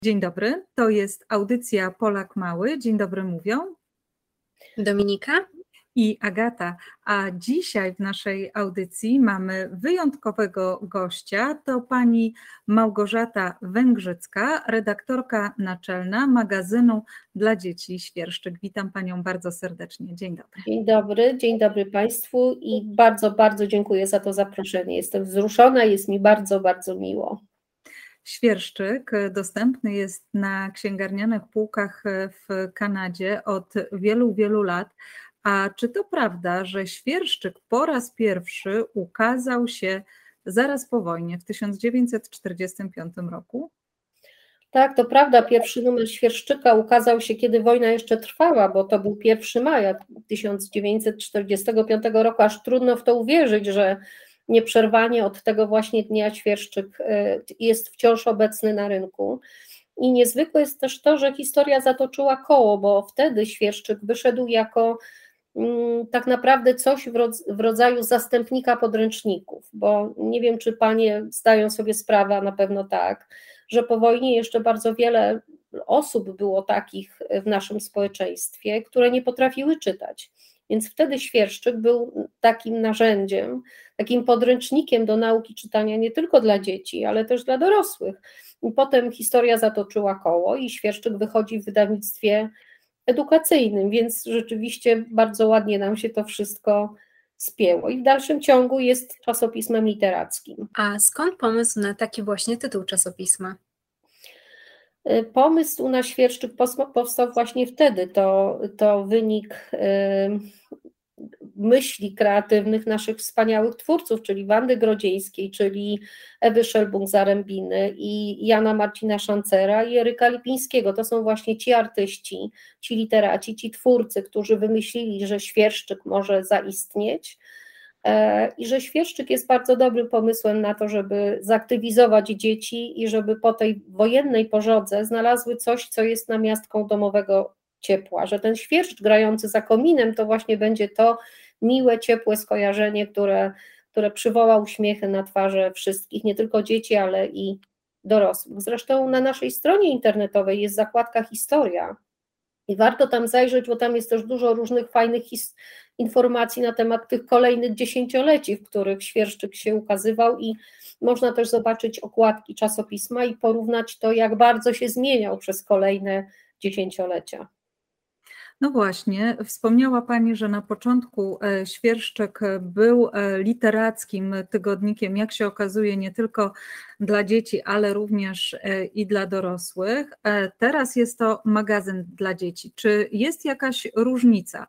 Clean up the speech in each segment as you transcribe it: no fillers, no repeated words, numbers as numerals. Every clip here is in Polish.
Dzień dobry, to jest audycja Polak Mały. Dzień dobry mówią Dominika i Agata, a dzisiaj w naszej audycji mamy wyjątkowego gościa. To pani Małgorzata Węgrzycka, redaktorka naczelna magazynu dla dzieci Świerszczyk. Witam panią bardzo serdecznie. Dzień dobry. Dzień dobry Państwu i bardzo, bardzo dziękuję za to zaproszenie. Jestem wzruszona, jest mi bardzo, bardzo miło. Świerszczyk dostępny jest na księgarnianych półkach w Kanadzie od wielu, wielu lat. A czy to prawda, że Świerszczyk po raz pierwszy ukazał się zaraz po wojnie w 1945 roku? Tak, to prawda. Pierwszy numer Świerszczyka ukazał się, kiedy wojna jeszcze trwała, bo to był 1 maja 1945 roku. Aż trudno w to uwierzyć, że nieprzerwanie od tego właśnie dnia Świerszczyk jest wciąż obecny na rynku. I niezwykłe jest też to, że historia zatoczyła koło, bo wtedy Świerszczyk wyszedł jako tak naprawdę coś w rodzaju zastępnika podręczników, bo nie wiem, czy panie zdają sobie sprawę, a na pewno tak, że po wojnie jeszcze bardzo wiele osób było takich w naszym społeczeństwie, które nie potrafiły czytać. Więc wtedy Świerszczyk był takim narzędziem, takim podręcznikiem do nauki czytania nie tylko dla dzieci, ale też dla dorosłych. I potem historia zatoczyła koło i Świerszczyk wychodzi w wydawnictwie edukacyjnym, więc rzeczywiście bardzo ładnie nam się to wszystko spięło i w dalszym ciągu jest czasopismem literackim. A skąd pomysł na taki właśnie tytuł czasopisma? Pomysł na Świerszczyk powstał właśnie wtedy, to wynik myśli kreatywnych naszych wspaniałych twórców, czyli Wandy Grodzieńskiej, czyli Ewy Szelbung-Zarębiny i Jana Marcina Szancera i Eryka Lipińskiego. To są właśnie ci artyści, ci literaci, ci twórcy, którzy wymyślili, że Świerszczyk może zaistnieć i że Świerszczyk jest bardzo dobrym pomysłem na to, żeby zaktywizować dzieci i żeby po tej wojennej pożodze znalazły coś, co jest namiastką domowego ciepła, że ten świerszcz grający za kominem to właśnie będzie to miłe, ciepłe skojarzenie, które przywoła uśmiechy na twarze wszystkich, nie tylko dzieci, ale i dorosłych. Zresztą na naszej stronie internetowej jest zakładka Historia i warto tam zajrzeć, bo tam jest też dużo różnych fajnych informacji na temat tych kolejnych dziesięcioleci, w których Świerszczyk się ukazywał i można też zobaczyć okładki czasopisma i porównać to, jak bardzo się zmieniał przez kolejne dziesięciolecia. No właśnie, wspomniała pani, że na początku Świerszczyk był literackim tygodnikiem, jak się okazuje, nie tylko dla dzieci, ale również i dla dorosłych. Teraz jest to magazyn dla dzieci. Czy jest jakaś różnica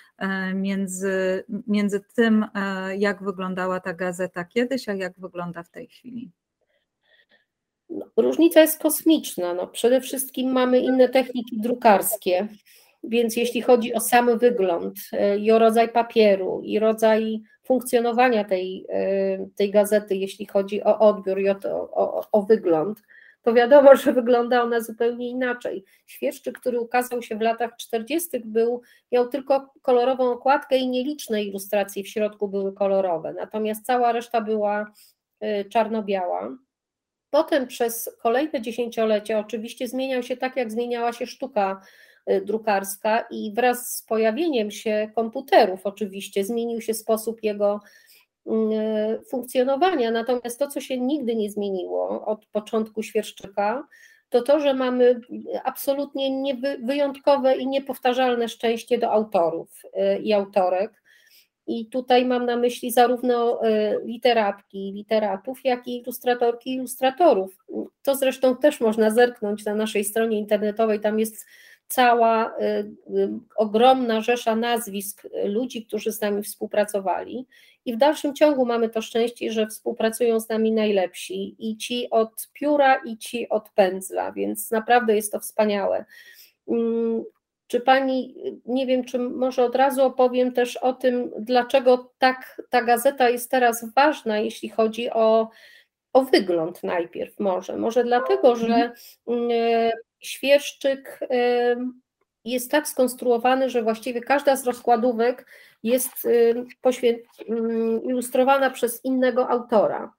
między tym, jak wyglądała ta gazeta kiedyś, a jak wygląda w tej chwili? Różnica jest kosmiczna. Przede wszystkim mamy inne techniki drukarskie. Więc jeśli chodzi o sam wygląd i o rodzaj papieru i rodzaj funkcjonowania tej gazety, jeśli chodzi o odbiór i o wygląd, to wiadomo, że wygląda ona zupełnie inaczej. Świerszczyk, który ukazał się w latach 40., miał tylko kolorową okładkę i nieliczne ilustracje w środku były kolorowe, natomiast cała reszta była czarno-biała. Potem przez kolejne dziesięciolecia oczywiście zmieniał się tak, jak zmieniała się sztuka drukarska i wraz z pojawieniem się komputerów oczywiście zmienił się sposób jego funkcjonowania, natomiast to, co się nigdy nie zmieniło od początku Świerszczyka, to, że mamy absolutnie wyjątkowe i niepowtarzalne szczęście do autorów i autorek. I tutaj mam na myśli zarówno literatki, literatów, jak i ilustratorki, ilustratorów. To zresztą też można zerknąć na naszej stronie internetowej, tam jest cała ogromna rzesza nazwisk ludzi, którzy z nami współpracowali i w dalszym ciągu mamy to szczęście, że współpracują z nami najlepsi i ci od pióra i ci od pędzla, więc naprawdę jest to wspaniałe. Czy pani, nie wiem, czy może od razu opowiem też o tym, dlaczego tak ta gazeta jest teraz ważna, jeśli chodzi o wygląd najpierw może dlatego, że Świerszczyk jest tak skonstruowany, że właściwie każda z rozkładówek jest ilustrowana przez innego autora.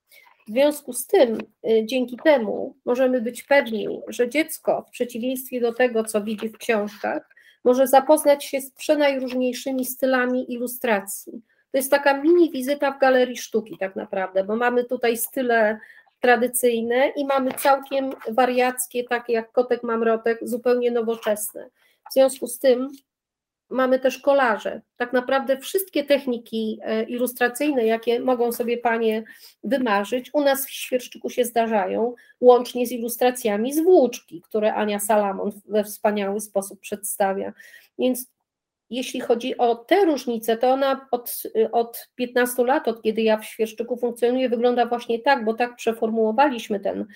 W związku z tym, dzięki temu możemy być pewni, że dziecko w przeciwieństwie do tego, co widzi w książkach, może zapoznać się z przenajróżniejszymi stylami ilustracji. To jest taka mini wizyta w galerii sztuki tak naprawdę, bo mamy tutaj style tradycyjne i mamy całkiem wariackie, takie jak Kotek Mamrotek, zupełnie nowoczesne. W związku z tym mamy też kolaże. Tak naprawdę wszystkie techniki ilustracyjne, jakie mogą sobie panie wymarzyć, u nas w Świerszczyku się zdarzają, łącznie z ilustracjami z Włóczki, które Ania Salamon we wspaniały sposób przedstawia. Więc jeśli chodzi o te różnice, to ona od 15 lat, od kiedy ja w Świerszczyku funkcjonuję, wygląda właśnie tak, bo tak przeformułowaliśmy ten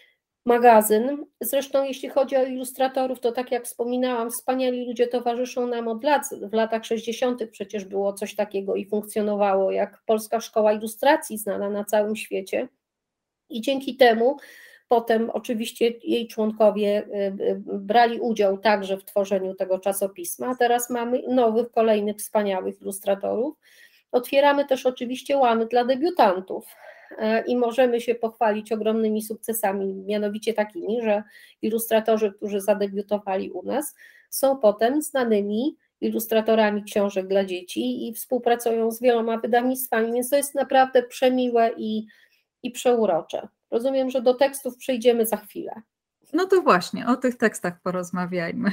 magazyn. Zresztą jeśli chodzi o ilustratorów, to tak jak wspominałam, wspaniali ludzie towarzyszą nam od lat. W latach 60. przecież było coś takiego i funkcjonowało jak Polska Szkoła Ilustracji, znana na całym świecie. I dzięki temu potem oczywiście jej członkowie brali udział także w tworzeniu tego czasopisma, a teraz mamy nowych, kolejnych wspaniałych ilustratorów. Otwieramy też oczywiście łamy dla debiutantów i możemy się pochwalić ogromnymi sukcesami, mianowicie takimi, że ilustratorzy, którzy zadebiutowali u nas, są potem znanymi ilustratorami książek dla dzieci i współpracują z wieloma wydawnictwami, więc to jest naprawdę przemiłe i przeurocze. Rozumiem, że do tekstów przejdziemy za chwilę. No to właśnie, o tych tekstach porozmawiajmy.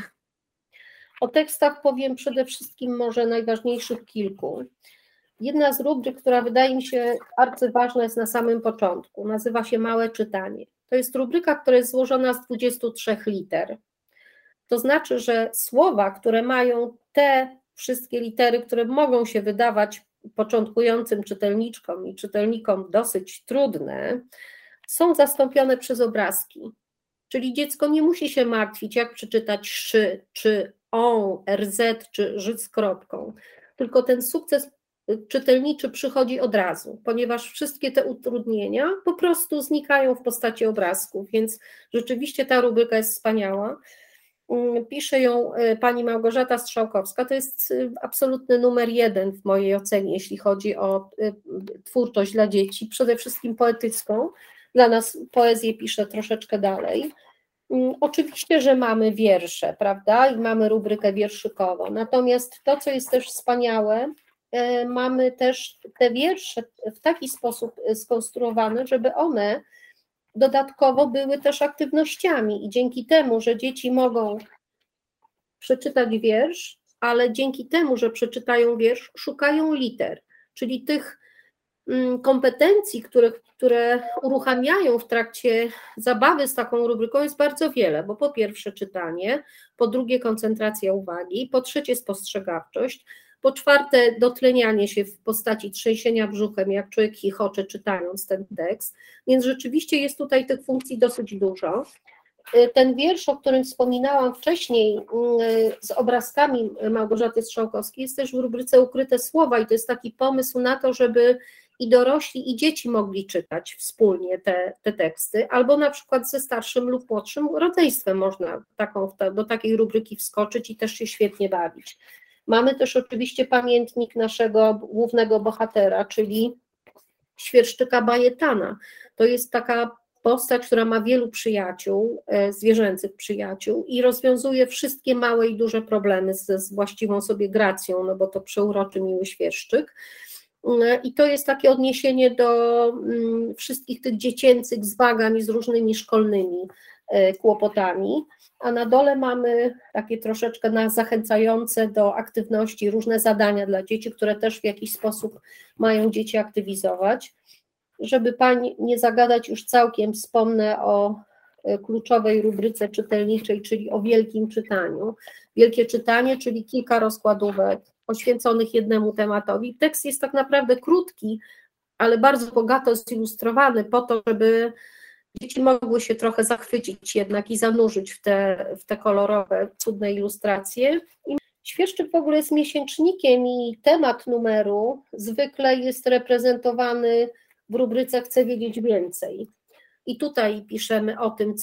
O tekstach powiem przede wszystkim może najważniejszych kilku. Jedna z rubryk, która wydaje mi się arcyważna, jest na samym początku. Nazywa się Małe czytanie. To jest rubryka, która jest złożona z 23 liter. To znaczy, że słowa, które mają te wszystkie litery, które mogą się wydawać początkującym czytelniczkom i czytelnikom dosyć trudne, są zastąpione przez obrazki. Czyli dziecko nie musi się martwić, jak przeczytać szy, czy on, rz, czy ży z kropką, tylko ten sukces czytelniczy przychodzi od razu, ponieważ wszystkie te utrudnienia po prostu znikają w postaci obrazków, więc rzeczywiście ta rubryka jest wspaniała. Pisze ją pani Małgorzata Strzałkowska, to jest absolutny numer 1 w mojej ocenie, jeśli chodzi o twórczość dla dzieci, przede wszystkim poetycką. Dla nas poezję pisze troszeczkę dalej. Oczywiście, że mamy wiersze, prawda, i mamy rubrykę wierszykową, natomiast to, co jest też wspaniałe, mamy też te wiersze w taki sposób skonstruowane, żeby one dodatkowo były też aktywnościami i dzięki temu, że dzieci mogą przeczytać wiersz, ale dzięki temu, że przeczytają wiersz, szukają liter, czyli tych kompetencji, które uruchamiają w trakcie zabawy z taką rubryką jest bardzo wiele, bo po pierwsze czytanie, po drugie koncentracja uwagi, po trzecie spostrzegawczość, po czwarte dotlenianie się w postaci trzęsienia brzuchem, jak człowiek chichocze czytając ten tekst, więc rzeczywiście jest tutaj tych funkcji dosyć dużo. Ten wiersz, o którym wspominałam wcześniej z obrazkami Małgorzaty Strzałkowskiej, jest też w rubryce Ukryte słowa i to jest taki pomysł na to, żeby i dorośli, i dzieci mogli czytać wspólnie te teksty, albo na przykład ze starszym lub młodszym rodzeństwem można do takiej rubryki wskoczyć i też się świetnie bawić. Mamy też oczywiście pamiętnik naszego głównego bohatera, czyli Świerszczyka Bajetana. To jest taka postać, która ma wielu przyjaciół, zwierzęcych przyjaciół i rozwiązuje wszystkie małe i duże problemy z właściwą sobie gracją, no bo to przeuroczy miły świerszczyk. I to jest takie odniesienie do wszystkich tych dziecięcych zmagań i z różnymi szkolnymi kłopotami, a na dole mamy takie troszeczkę zachęcające do aktywności różne zadania dla dzieci, które też w jakiś sposób mają dzieci aktywizować. Żeby pani nie zagadać już całkiem, wspomnę o kluczowej rubryce czytelniczej, czyli o wielkim czytaniu. Wielkie czytanie, czyli kilka rozkładówek poświęconych jednemu tematowi. Tekst jest tak naprawdę krótki, ale bardzo bogato zilustrowany po to, żeby dzieci mogły się trochę zachwycić jednak i zanurzyć w te kolorowe, cudne ilustracje. I Świerszczyk w ogóle jest miesięcznikiem i temat numeru zwykle jest reprezentowany w rubryce Chcę wiedzieć więcej. I tutaj piszemy o tym,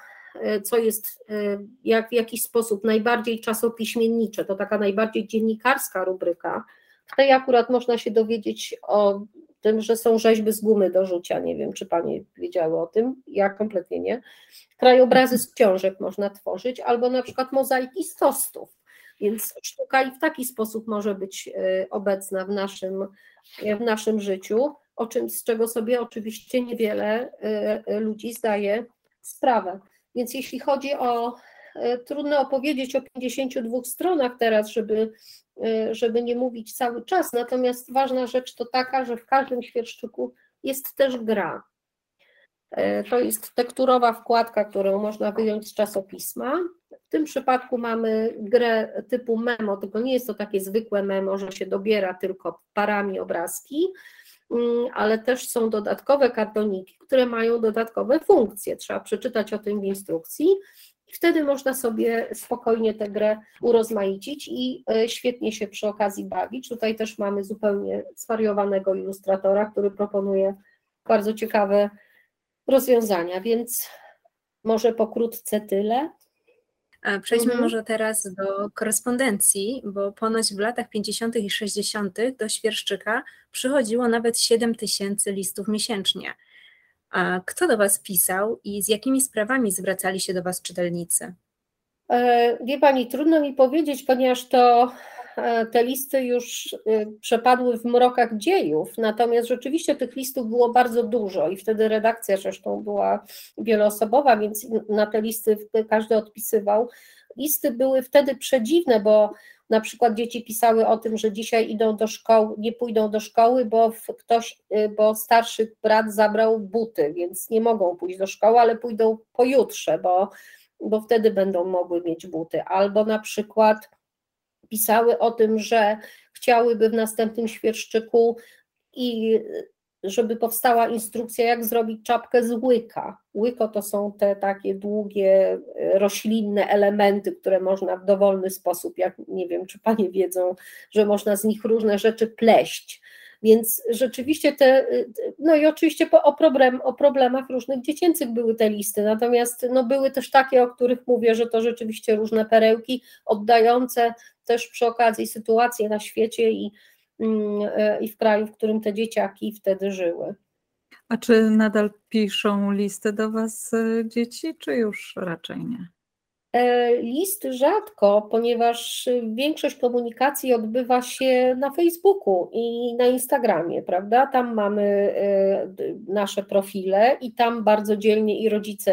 co jest w jakiś sposób najbardziej czasopiśmiennicze, to taka najbardziej dziennikarska rubryka. W tej akurat można się dowiedzieć o tym, że są rzeźby z gumy do rzucia. Nie wiem, czy Panie wiedziały o tym, ja kompletnie nie. Krajobrazy z książek można tworzyć, albo na przykład mozaiki z tostów. Więc sztuka i w taki sposób może być obecna w naszym życiu, z czego sobie oczywiście niewiele ludzi zdaje sprawę. Więc jeśli chodzi o, trudno opowiedzieć o 52 stronach teraz, żeby nie mówić cały czas, natomiast ważna rzecz to taka, że w każdym świerszczyku jest też gra. To jest tekturowa wkładka, którą można wyjąć z czasopisma. W tym przypadku mamy grę typu memo, tylko nie jest to takie zwykłe memo, że się dobiera tylko parami obrazki, ale też są dodatkowe kartoniki, które mają dodatkowe funkcje. Trzeba przeczytać o tym w instrukcji i wtedy można sobie spokojnie tę grę urozmaicić i świetnie się przy okazji bawić. Tutaj też mamy zupełnie zwariowanego ilustratora, który proponuje bardzo ciekawe rozwiązania, więc może pokrótce tyle. Przejdźmy może teraz do korespondencji, bo ponoć w latach 50. i 60. do Świerszczyka przychodziło nawet 7000 listów miesięcznie. A kto do Was pisał i z jakimi sprawami zwracali się do Was czytelnicy? Wie Pani, trudno mi powiedzieć, ponieważ te listy już przepadły w mrokach dziejów, natomiast rzeczywiście tych listów było bardzo dużo i wtedy redakcja zresztą była wieloosobowa, więc na te listy każdy odpisywał. Listy były wtedy przedziwne, bo na przykład dzieci pisały o tym, że dzisiaj idą do szkoły, nie pójdą do szkoły, bo starszy brat zabrał buty, więc nie mogą pójść do szkoły, ale pójdą pojutrze, bo wtedy będą mogły mieć buty. Albo na przykład pisały o tym, że chciałyby w następnym świerszczyku i żeby powstała instrukcja, jak zrobić czapkę z łyka. Łyko to są te takie długie, roślinne elementy, które można w dowolny sposób, jak nie wiem, czy Panie wiedzą, że można z nich różne rzeczy pleść. Więc rzeczywiście no i oczywiście o problemach różnych dziecięcych były te listy, natomiast no były też takie, o których mówię, że to rzeczywiście różne perełki oddające też przy okazji sytuację na świecie i w kraju, w którym te dzieciaki wtedy żyły. A czy nadal piszą listy do Was dzieci, czy już raczej nie? Listy rzadko, ponieważ większość komunikacji odbywa się na Facebooku i na Instagramie, prawda? Tam mamy nasze profile i tam bardzo dzielnie i rodzice,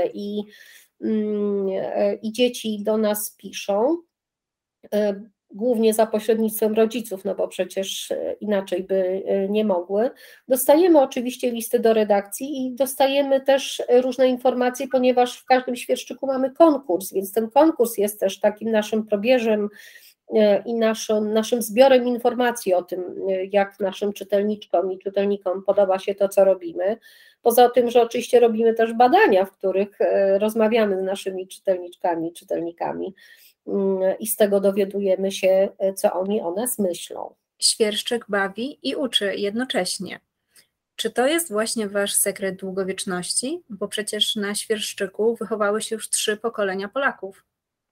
i dzieci do nas piszą, głównie za pośrednictwem rodziców, no bo przecież inaczej by nie mogły. Dostajemy oczywiście listy do redakcji i dostajemy też różne informacje, ponieważ w każdym świerszczyku mamy konkurs, więc ten konkurs jest też takim naszym probierzem i naszym zbiorem informacji o tym, jak naszym czytelniczkom i czytelnikom podoba się to, co robimy. Poza tym, że oczywiście robimy też badania, w których rozmawiamy z naszymi czytelniczkami i czytelnikami, i z tego dowiadujemy się, co oni o nas myślą. Świerszczyk bawi i uczy jednocześnie. Czy to jest właśnie Wasz sekret długowieczności? Bo przecież na Świerszczyku wychowały się już 3 pokolenia Polaków.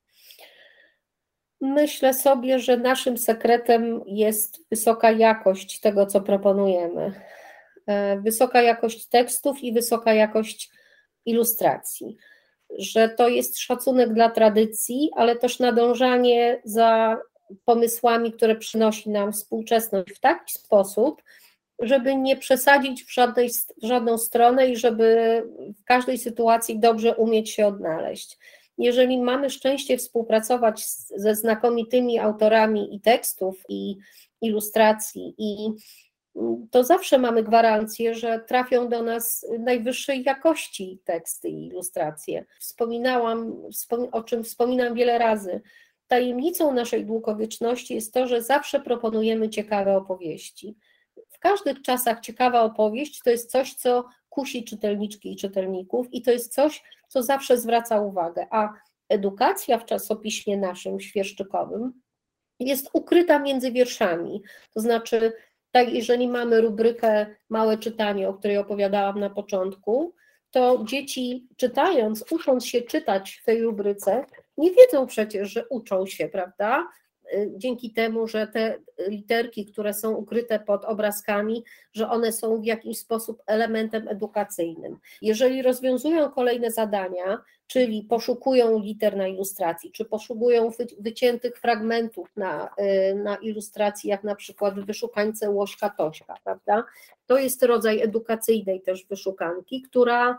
Myślę sobie, że naszym sekretem jest wysoka jakość tego, co proponujemy. Wysoka jakość tekstów i wysoka jakość ilustracji. Że to jest szacunek dla tradycji, ale też nadążanie za pomysłami, które przynosi nam współczesność w taki sposób, żeby nie przesadzić w żadną stronę i żeby w każdej sytuacji dobrze umieć się odnaleźć. Jeżeli mamy szczęście współpracować ze znakomitymi autorami i tekstów, i ilustracji, to zawsze mamy gwarancję, że trafią do nas najwyższej jakości teksty i ilustracje. O czym wspominam wiele razy. Tajemnicą naszej długowieczności jest to, że zawsze proponujemy ciekawe opowieści. W każdych czasach ciekawa opowieść to jest coś, co kusi czytelniczki i czytelników i to jest coś, co zawsze zwraca uwagę, a edukacja w czasopiśmie naszym świerszczykowym jest ukryta między wierszami, to znaczy tak, jeżeli mamy rubrykę Małe czytanie, o której opowiadałam na początku, to dzieci czytając, ucząc się czytać w tej rubryce, nie wiedzą przecież, że uczą się, prawda? dzięki temu, że te literki, które są ukryte pod obrazkami, że one są w jakiś sposób elementem edukacyjnym. Jeżeli rozwiązują kolejne zadania, czyli poszukują liter na ilustracji, czy poszukują wyciętych fragmentów na ilustracji, jak na przykład w wyszukańce Łośka Tośka, prawda? To jest rodzaj edukacyjnej też wyszukanki, która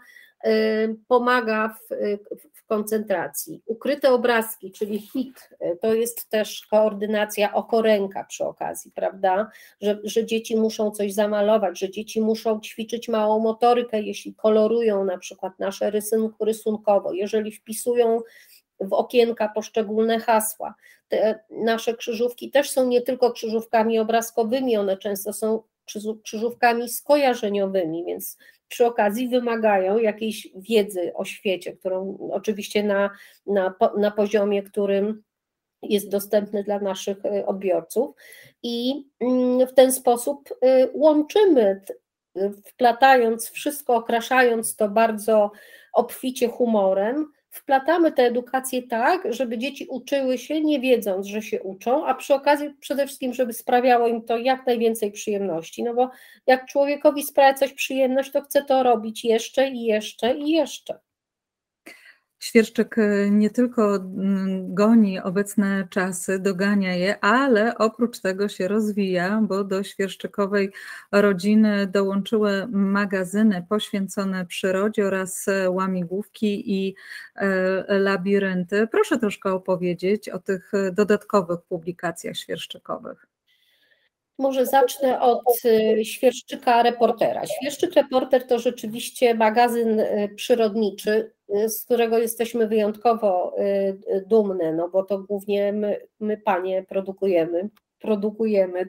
pomaga w koncentracji. Ukryte obrazki, czyli HIT, to jest też koordynacja okoręka przy okazji, prawda, że dzieci muszą coś zamalować, że dzieci muszą ćwiczyć małą motorykę, jeśli kolorują na przykład nasze rysunkowo, jeżeli wpisują w okienka poszczególne hasła. Te nasze krzyżówki też są nie tylko krzyżówkami obrazkowymi, one często są krzyżówkami skojarzeniowymi, więc przy okazji wymagają jakiejś wiedzy o świecie, którą oczywiście na poziomie, którym jest dostępny dla naszych odbiorców, i w ten sposób łączymy, wplatając wszystko, okraszając to bardzo obficie humorem, wplatamy tę edukację tak, żeby dzieci uczyły się nie wiedząc, że się uczą, a przy okazji przede wszystkim, żeby sprawiało im to jak najwięcej przyjemności, no bo jak człowiekowi sprawia coś przyjemność, to chce to robić jeszcze i jeszcze i jeszcze. Świerszczyk nie tylko goni obecne czasy, dogania je, ale oprócz tego się rozwija, bo do świerszczykowej rodziny dołączyły magazyny poświęcone przyrodzie oraz łamigłówki i labirynty. Proszę troszkę opowiedzieć o tych dodatkowych publikacjach świerszczykowych. Może zacznę od Świerszczyka Reportera. Świerszczyk Reporter to rzeczywiście magazyn przyrodniczy, z którego jesteśmy wyjątkowo dumne, no bo to głównie my panie produkujemy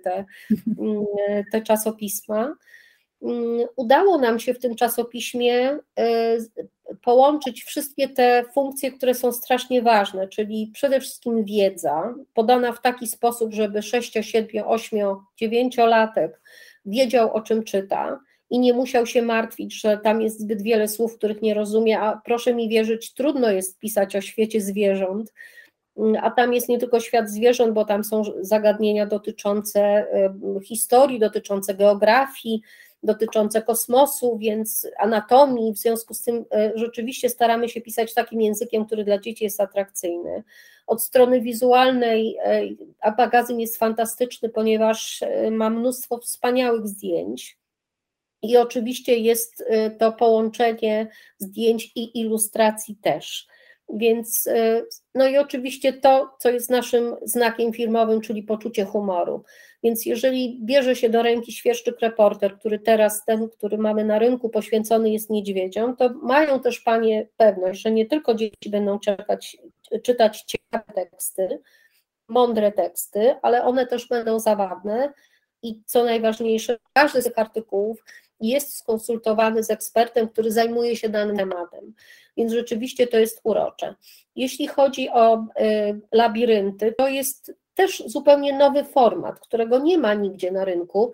te czasopisma. Udało nam się w tym czasopiśmie połączyć wszystkie te funkcje, które są strasznie ważne, czyli przede wszystkim wiedza podana w taki sposób, żeby 6, 7, 8, 9-latek wiedział, o czym czyta i nie musiał się martwić, że tam jest zbyt wiele słów, których nie rozumie, a proszę mi wierzyć, trudno jest pisać o świecie zwierząt, a tam jest nie tylko świat zwierząt, bo tam są zagadnienia dotyczące historii, dotyczące geografii, dotyczące kosmosu, więc anatomii, w związku z tym rzeczywiście staramy się pisać takim językiem, który dla dzieci jest atrakcyjny. Od strony wizualnej magazyn jest fantastyczny, ponieważ ma mnóstwo wspaniałych zdjęć i oczywiście jest to połączenie zdjęć i ilustracji też. Więc, no i oczywiście to, co jest naszym znakiem firmowym, czyli poczucie humoru. Więc jeżeli bierze się do ręki Świerszczyk Reporter, który teraz, ten, który mamy na rynku, poświęcony jest niedźwiedziom, to mają też panie pewność, że nie tylko dzieci będą czytać ciekawe teksty, mądre teksty, ale one też będą zabawne i co najważniejsze, każdy z tych artykułów jest skonsultowany z ekspertem, który zajmuje się danym tematem, więc rzeczywiście to jest urocze. Jeśli chodzi o labirynty, to jest też zupełnie nowy format, którego nie ma nigdzie na rynku,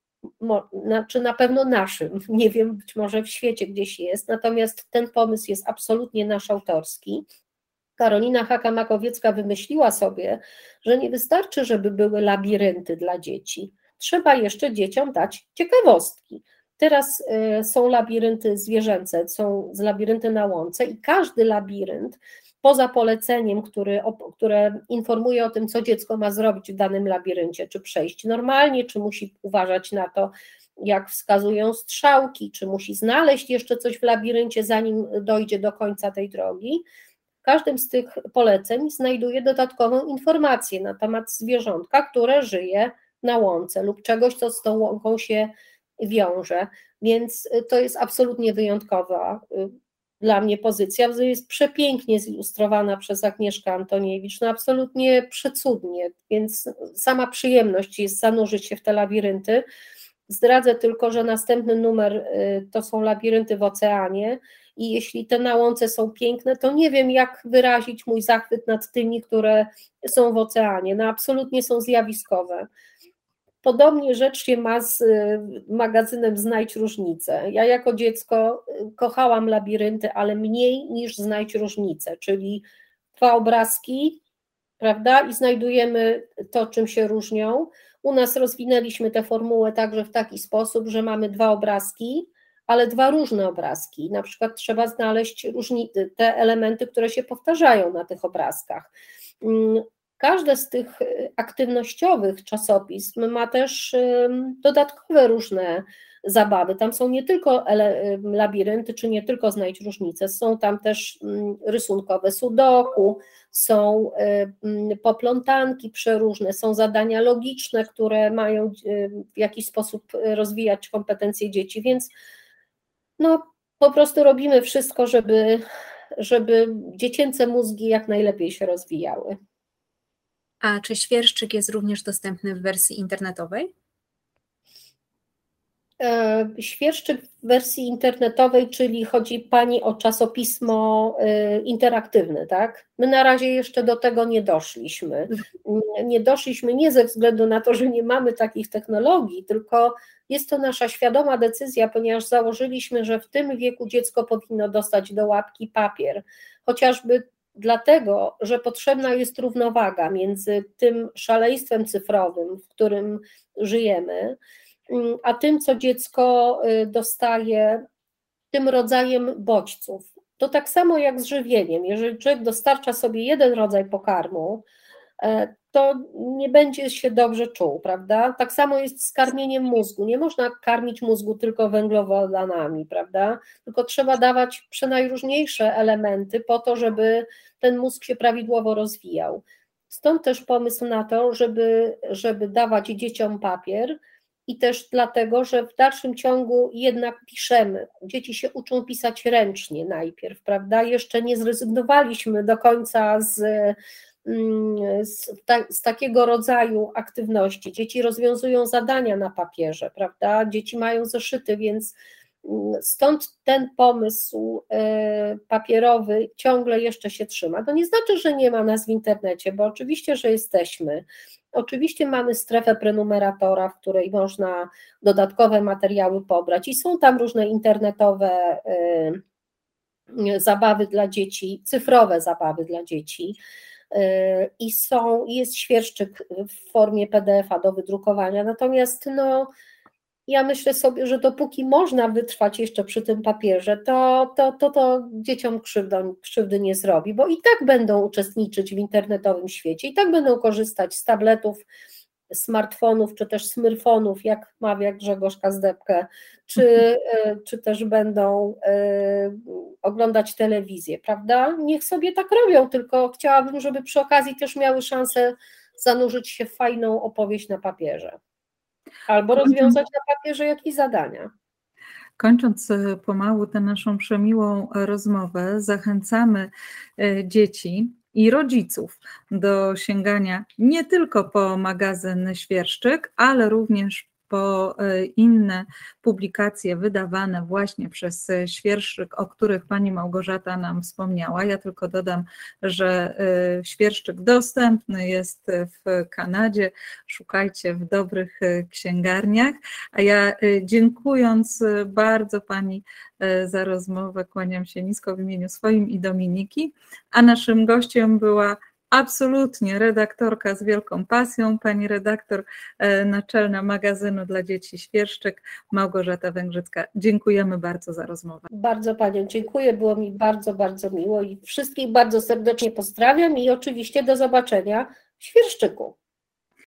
czy na pewno naszym, nie wiem, być może w świecie gdzieś jest, natomiast ten pomysł jest absolutnie nasz autorski. Karolina Haka-Makowiecka wymyśliła sobie, że nie wystarczy, żeby były labirynty dla dzieci, trzeba jeszcze dzieciom dać ciekawostki. Teraz są labirynty zwierzęce, są labirynty na łące i każdy labirynt, poza poleceniem, które informuje o tym, co dziecko ma zrobić w danym labiryncie, czy przejść normalnie, czy musi uważać na to, jak wskazują strzałki, czy musi znaleźć jeszcze coś w labiryncie, zanim dojdzie do końca tej drogi. W każdym z tych poleceń znajduje dodatkową informację na temat zwierzątka, które żyje na łące lub czegoś, co z tą łąką się wiąże, więc to jest absolutnie wyjątkowa dla mnie pozycja, jest przepięknie zilustrowana przez Agnieszkę Antoniewicz, no absolutnie przecudnie, więc sama przyjemność jest zanurzyć się w te labirynty. Zdradzę tylko, że następny numer to są labirynty w oceanie i jeśli te na łące są piękne, to nie wiem, jak wyrazić mój zachwyt nad tymi, które są w oceanie, no absolutnie są zjawiskowe. Podobnie rzecz się ma z magazynem Znajdź różnicę. Ja jako dziecko kochałam labirynty, ale mniej niż Znajdź różnicę, czyli 2 obrazki, prawda? I znajdujemy to, czym się różnią. U nas rozwinęliśmy tę formułę także w taki sposób, że mamy 2 obrazki, ale 2 różne obrazki. Na przykład trzeba znaleźć te elementy, które się powtarzają na tych obrazkach. Każde z tych aktywnościowych czasopism ma też dodatkowe różne zabawy. Tam są nie tylko labirynty, czy nie tylko znajdź różnice, są tam też rysunkowe sudoku, są poplątanki przeróżne, są zadania logiczne, które mają w jakiś sposób rozwijać kompetencje dzieci, więc no, po prostu robimy wszystko, żeby dziecięce mózgi jak najlepiej się rozwijały. A czy świerszczyk jest również dostępny w wersji internetowej? Świerszczyk w wersji internetowej, czyli chodzi Pani o czasopismo interaktywne, tak? My na razie jeszcze do tego nie doszliśmy. Nie doszliśmy nie ze względu na to, że nie mamy takich technologii, tylko jest to nasza świadoma decyzja, ponieważ założyliśmy, że w tym wieku dziecko powinno dostać do łapki papier, chociażby dlatego, że potrzebna jest równowaga między tym szaleństwem cyfrowym, w którym żyjemy, a tym, co dziecko dostaje, tym rodzajem bodźców. To tak samo jak z żywieniem. Jeżeli człowiek dostarcza sobie jeden rodzaj pokarmu, to nie będzie się dobrze czuł, prawda? Tak samo jest z karmieniem mózgu. Nie można karmić mózgu tylko węglowodanami, prawda? Tylko trzeba dawać przenajróżniejsze elementy po to, żeby ten mózg się prawidłowo rozwijał. Stąd też pomysł na to, żeby dawać dzieciom papier, i też dlatego, że w dalszym ciągu jednak piszemy. Dzieci się uczą pisać ręcznie najpierw, prawda? Jeszcze nie zrezygnowaliśmy do końca z takiego rodzaju aktywności. Dzieci rozwiązują zadania na papierze, prawda? Dzieci mają zeszyty, więc stąd ten pomysł papierowy ciągle jeszcze się trzyma. To nie znaczy, że nie ma nas w internecie, bo oczywiście, że jesteśmy. Oczywiście mamy strefę prenumeratora, w której można dodatkowe materiały pobrać i są tam różne internetowe zabawy dla dzieci, cyfrowe zabawy dla dzieci i jest świerszczyk w formie PDF-a do wydrukowania, natomiast ja myślę sobie, że dopóki można wytrwać jeszcze przy tym papierze, to dzieciom krzywdy nie zrobi, bo i tak będą uczestniczyć w internetowym świecie, i tak będą korzystać z tabletów, smartfonów, czy też smyrfonów, jak mawia Grzegorz Kazdebkę, czy też będą oglądać telewizję, prawda? Niech sobie tak robią, tylko chciałabym, żeby przy okazji też miały szansę zanurzyć się w fajną opowieść na papierze. Albo rozwiązać na papierze jakieś zadania. Kończąc pomału tę naszą przemiłą rozmowę, zachęcamy dzieci i rodziców do sięgania nie tylko po magazyn Świerszczyk, ale również po inne publikacje wydawane właśnie przez Świerszczyk, o których pani Małgorzata nam wspomniała. Ja tylko dodam, że Świerszczyk dostępny jest w Kanadzie. Szukajcie w dobrych księgarniach. A ja, dziękując bardzo pani za rozmowę, kłaniam się nisko w imieniu swoim i Dominiki, a naszym gościem była absolutnie redaktorka z wielką pasją, pani redaktor naczelna magazynu dla dzieci Świerszczyk, Małgorzata Węgrzycka. Dziękujemy bardzo za rozmowę. Bardzo paniom dziękuję, było mi bardzo, bardzo miło i wszystkich bardzo serdecznie pozdrawiam i oczywiście do zobaczenia w Świerszczyku.